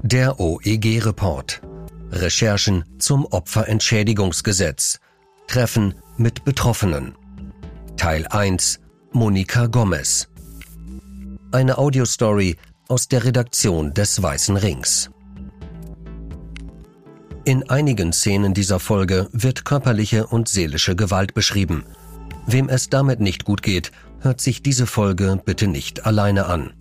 Der OEG-Report. Recherchen zum Opferentschädigungsgesetz. Treffen mit Betroffenen. Teil 1. Monika Gomez. Eine Audiostory aus der Redaktion des Weißen Rings. In einigen Szenen dieser Folge wird körperliche und seelische Gewalt beschrieben. Wem es damit nicht gut geht, hört sich diese Folge bitte nicht alleine an.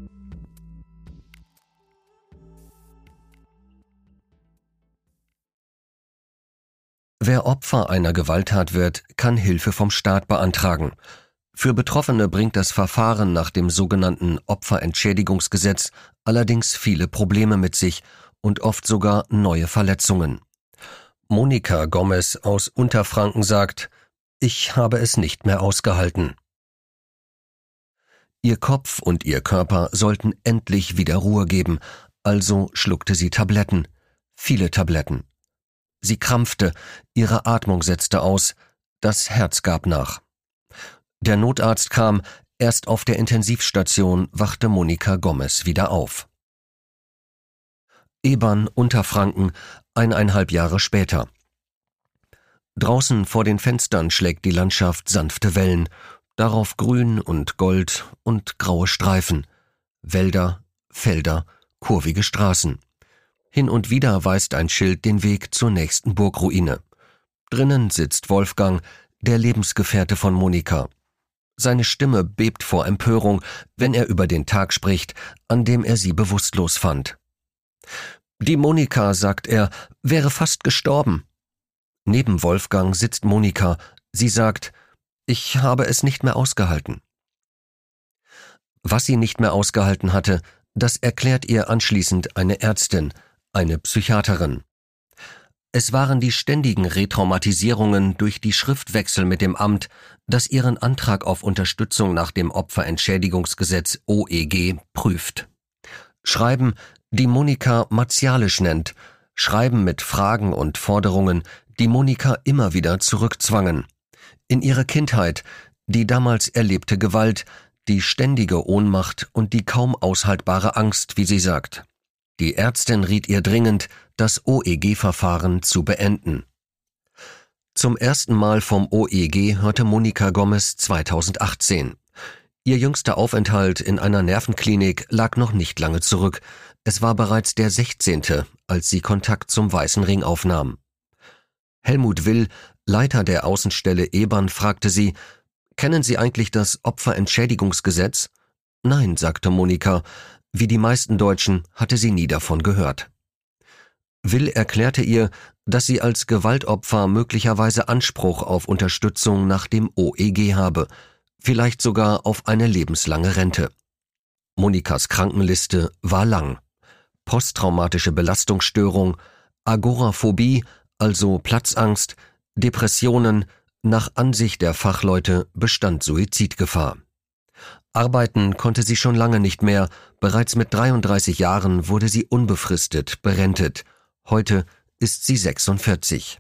Wer Opfer einer Gewalttat wird, kann Hilfe vom Staat beantragen. Für Betroffene bringt das Verfahren nach dem sogenannten Opferentschädigungsgesetz allerdings viele Probleme mit sich und oft sogar neue Verletzungen. Monika Gomez aus Unterfranken sagt: Ich habe es nicht mehr ausgehalten. Ihr Kopf und ihr Körper sollten endlich wieder Ruhe geben, also schluckte sie Tabletten, viele Tabletten. Sie krampfte, ihre Atmung setzte aus, das Herz gab nach. Der Notarzt kam, erst auf der Intensivstation wachte Monika Gomez wieder auf. Ebern, Unterfranken, 1,5 Jahre später. Draußen vor den Fenstern schlägt die Landschaft sanfte Wellen, darauf Grün und Gold und graue Streifen, Wälder, Felder, kurvige Straßen. Hin und wieder weist ein Schild den Weg zur nächsten Burgruine. Drinnen sitzt Wolfgang, der Lebensgefährte von Monika. Seine Stimme bebt vor Empörung, wenn er über den Tag spricht, an dem er sie bewusstlos fand. Die Monika, sagt er, wäre fast gestorben. Neben Wolfgang sitzt Monika. Sie sagt: Ich habe es nicht mehr ausgehalten. Was sie nicht mehr ausgehalten hatte, das erklärt ihr anschließend eine Ärztin, eine Psychiaterin. Es waren die ständigen Retraumatisierungen durch die Schriftwechsel mit dem Amt, das ihren Antrag auf Unterstützung nach dem Opferentschädigungsgesetz OEG prüft. Schreiben, die Monika martialisch nennt, Schreiben mit Fragen und Forderungen, die Monika immer wieder zurückzwangen. In ihre Kindheit, die damals erlebte Gewalt, die ständige Ohnmacht und die kaum aushaltbare Angst, wie sie sagt. Die Ärztin riet ihr dringend, das OEG-Verfahren zu beenden. Zum ersten Mal vom OEG hörte Monika Gomez 2018. Ihr jüngster Aufenthalt in einer Nervenklinik lag noch nicht lange zurück. Es war bereits der 16., als sie Kontakt zum Weißen Ring aufnahm. Helmut Will, Leiter der Außenstelle Ebern, fragte sie: Kennen Sie eigentlich das Opferentschädigungsgesetz? Nein, sagte Monika. Wie die meisten Deutschen hatte sie nie davon gehört. Will erklärte ihr, dass sie als Gewaltopfer möglicherweise Anspruch auf Unterstützung nach dem OEG habe, vielleicht sogar auf eine lebenslange Rente. Monikas Krankenliste war lang. Posttraumatische Belastungsstörung, Agoraphobie, also Platzangst, Depressionen, nach Ansicht der Fachleute bestand Suizidgefahr. Arbeiten konnte sie schon lange nicht mehr, bereits mit 33 Jahren wurde sie unbefristet berentet. Heute ist sie 46.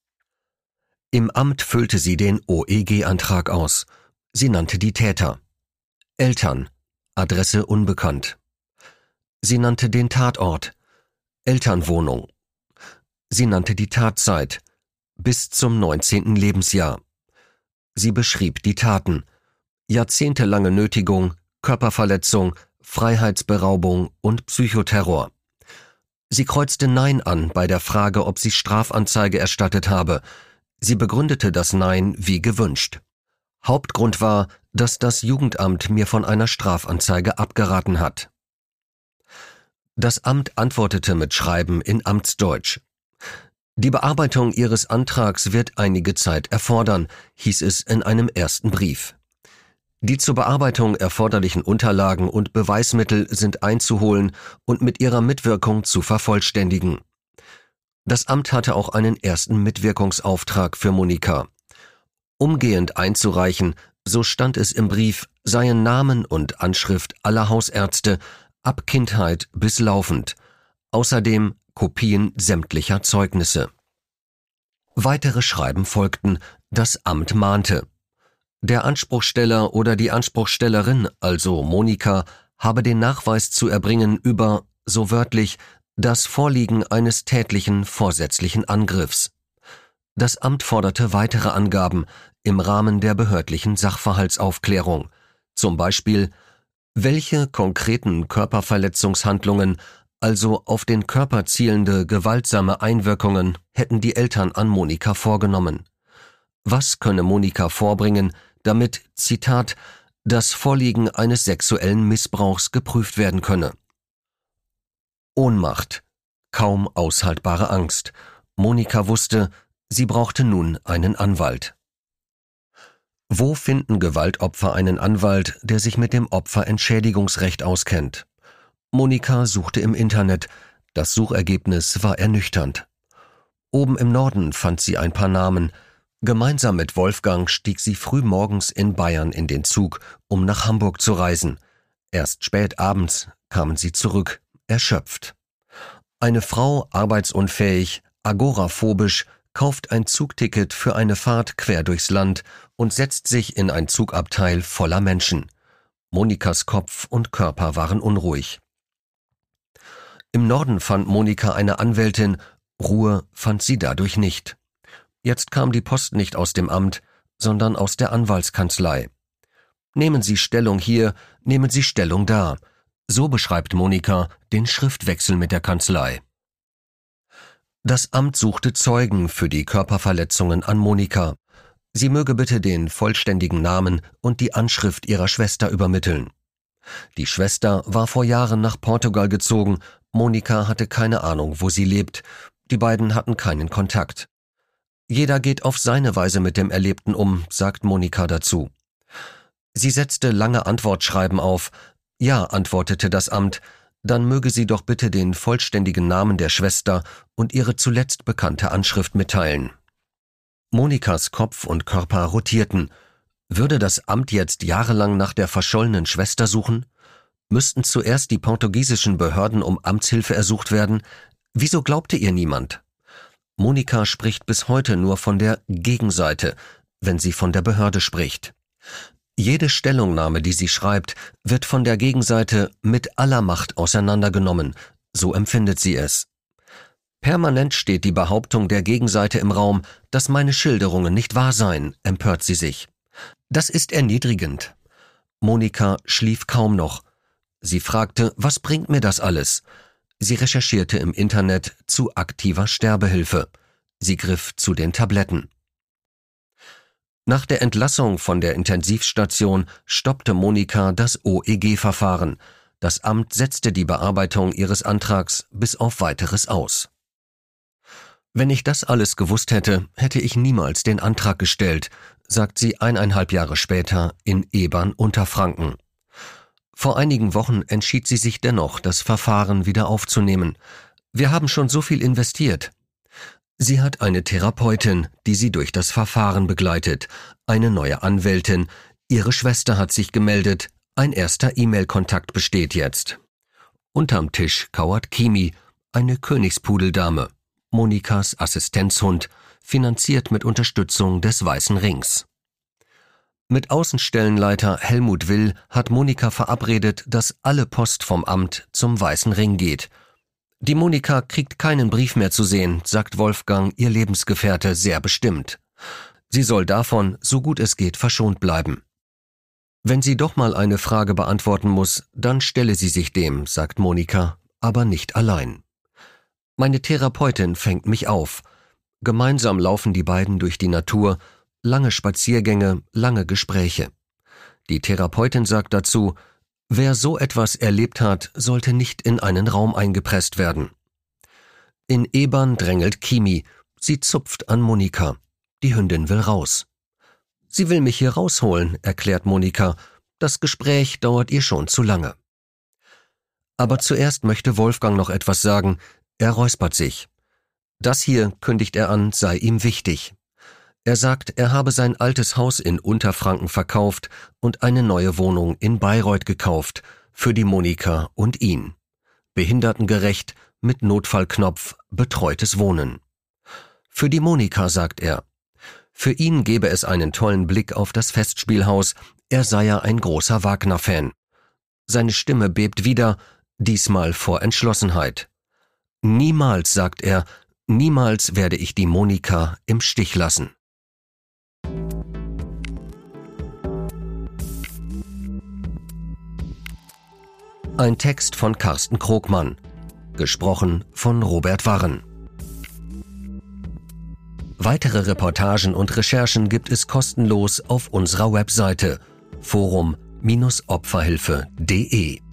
Im Amt füllte sie den OEG-Antrag aus. Sie nannte die Täter. Eltern, Adresse unbekannt. Sie nannte den Tatort, Elternwohnung. Sie nannte die Tatzeit, bis zum 19. Lebensjahr. Sie beschrieb die Taten: jahrzehntelange Nötigung, Körperverletzung, Freiheitsberaubung und Psychoterror. Sie kreuzte Nein an bei der Frage, ob sie Strafanzeige erstattet habe. Sie begründete das Nein wie gewünscht. Hauptgrund war, dass das Jugendamt mir von einer Strafanzeige abgeraten hat. Das Amt antwortete mit Schreiben in Amtsdeutsch. Die Bearbeitung Ihres Antrags wird einige Zeit erfordern, hieß es in einem ersten Brief. Die zur Bearbeitung erforderlichen Unterlagen und Beweismittel sind einzuholen und mit ihrer Mitwirkung zu vervollständigen. Das Amt hatte auch einen ersten Mitwirkungsauftrag für Monika. Umgehend einzureichen, so stand es im Brief, seien Namen und Anschrift aller Hausärzte, ab Kindheit bis laufend, außerdem Kopien sämtlicher Zeugnisse. Weitere Schreiben folgten, das Amt mahnte: Der Anspruchsteller oder die Anspruchstellerin, also Monika, habe den Nachweis zu erbringen über, so wörtlich, Das Vorliegen eines tätlichen, vorsätzlichen Angriffs. Das Amt forderte weitere Angaben im Rahmen der behördlichen Sachverhaltsaufklärung, zum Beispiel, welche konkreten Körperverletzungshandlungen, also auf den Körper zielende gewaltsame Einwirkungen, hätten die Eltern an Monika vorgenommen? Was könne Monika vorbringen, damit, Zitat, das Vorliegen eines sexuellen Missbrauchs geprüft werden könne? Ohnmacht, kaum aushaltbare Angst. Monika wusste, sie brauchte nun einen Anwalt. Wo finden Gewaltopfer einen Anwalt, der sich mit dem Opferentschädigungsrecht auskennt? Monika suchte im Internet. Das Suchergebnis war ernüchternd. Oben im Norden fand sie ein paar Namen. Gemeinsam mit Wolfgang stieg sie frühmorgens in Bayern in den Zug, um nach Hamburg zu reisen. Erst spät abends kamen sie zurück, erschöpft. Eine Frau, arbeitsunfähig, agoraphobisch, kauft ein Zugticket für eine Fahrt quer durchs Land und setzt sich in ein Zugabteil voller Menschen. Monikas Kopf und Körper waren unruhig. Im Norden fand Monika eine Anwältin, Ruhe fand sie dadurch nicht. Jetzt kam die Post nicht aus dem Amt, sondern aus der Anwaltskanzlei. Nehmen Sie Stellung hier, nehmen Sie Stellung da. So beschreibt Monika den Schriftwechsel mit der Kanzlei. Das Amt suchte Zeugen für die Körperverletzungen an Monika. Sie möge bitte den vollständigen Namen und die Anschrift ihrer Schwester übermitteln. Die Schwester war vor Jahren nach Portugal gezogen. Monika hatte keine Ahnung, wo sie lebt. Die beiden hatten keinen Kontakt. Jeder geht auf seine Weise mit dem Erlebten um, sagt Monika dazu. Sie setzte lange Antwortschreiben auf. Ja, antwortete das Amt, dann möge sie doch bitte den vollständigen Namen der Schwester und ihre zuletzt bekannte Anschrift mitteilen. Monikas Kopf und Körper rotierten. Würde das Amt jetzt jahrelang nach der verschollenen Schwester suchen? Müssten zuerst die portugiesischen Behörden um Amtshilfe ersucht werden? Wieso glaubte ihr niemand? Monika spricht bis heute nur von der Gegenseite, wenn sie von der Behörde spricht. Jede Stellungnahme, die sie schreibt, wird von der Gegenseite mit aller Macht auseinandergenommen, so empfindet sie es. Permanent steht die Behauptung der Gegenseite im Raum, dass meine Schilderungen nicht wahr seien, empört sie sich. Das ist erniedrigend. Monika schlief kaum noch. Sie fragte, was bringt mir das alles? Sie recherchierte im Internet zu aktiver Sterbehilfe. Sie griff zu den Tabletten. Nach der Entlassung von der Intensivstation stoppte Monika das OEG-Verfahren. Das Amt setzte die Bearbeitung ihres Antrags bis auf Weiteres aus. Wenn ich das alles gewusst hätte, hätte ich niemals den Antrag gestellt, sagt sie 1,5 Jahre später in Ebern, Unterfranken. Vor einigen Wochen entschied sie sich dennoch, das Verfahren wieder aufzunehmen. Wir haben schon so viel investiert. Sie hat eine Therapeutin, die sie durch das Verfahren begleitet, eine neue Anwältin, ihre Schwester hat sich gemeldet, ein erster E-Mail-Kontakt besteht jetzt. Unterm Tisch kauert Kimi, eine Königspudeldame, Monikas Assistenzhund, finanziert mit Unterstützung des Weißen Rings. Mit Außenstellenleiter Helmut Will hat Monika verabredet, dass alle Post vom Amt zum Weißen Ring geht. Die Monika kriegt keinen Brief mehr zu sehen, sagt Wolfgang, ihr Lebensgefährte, sehr bestimmt. Sie soll davon, so gut es geht, verschont bleiben. Wenn sie doch mal eine Frage beantworten muss, dann stelle sie sich dem, sagt Monika, aber nicht allein. Meine Therapeutin fängt mich auf. Gemeinsam laufen die beiden durch die Natur, lange Spaziergänge, lange Gespräche. Die Therapeutin sagt dazu, wer so etwas erlebt hat, sollte nicht in einen Raum eingepresst werden. In Ebern drängelt Kimi. Sie zupft an Monika. Die Hündin will raus. Sie will mich hier rausholen, erklärt Monika. Das Gespräch dauert ihr schon zu lange. Aber zuerst möchte Wolfgang noch etwas sagen. Er räuspert sich. Das hier, kündigt er an, sei ihm wichtig. Er sagt, er habe sein altes Haus in Unterfranken verkauft und eine neue Wohnung in Bayreuth gekauft, für die Monika und ihn. Behindertengerecht, mit Notfallknopf, betreutes Wohnen. Für die Monika, sagt er. Für ihn gebe es einen tollen Blick auf das Festspielhaus, er sei ja ein großer Wagner-Fan. Seine Stimme bebt wieder, diesmal vor Entschlossenheit. Niemals, sagt er, niemals werde ich die Monika im Stich lassen. Ein Text von Carsten Krogmann, gesprochen von Robert Warren. Weitere Reportagen und Recherchen gibt es kostenlos auf unserer Webseite forum-opferhilfe.de.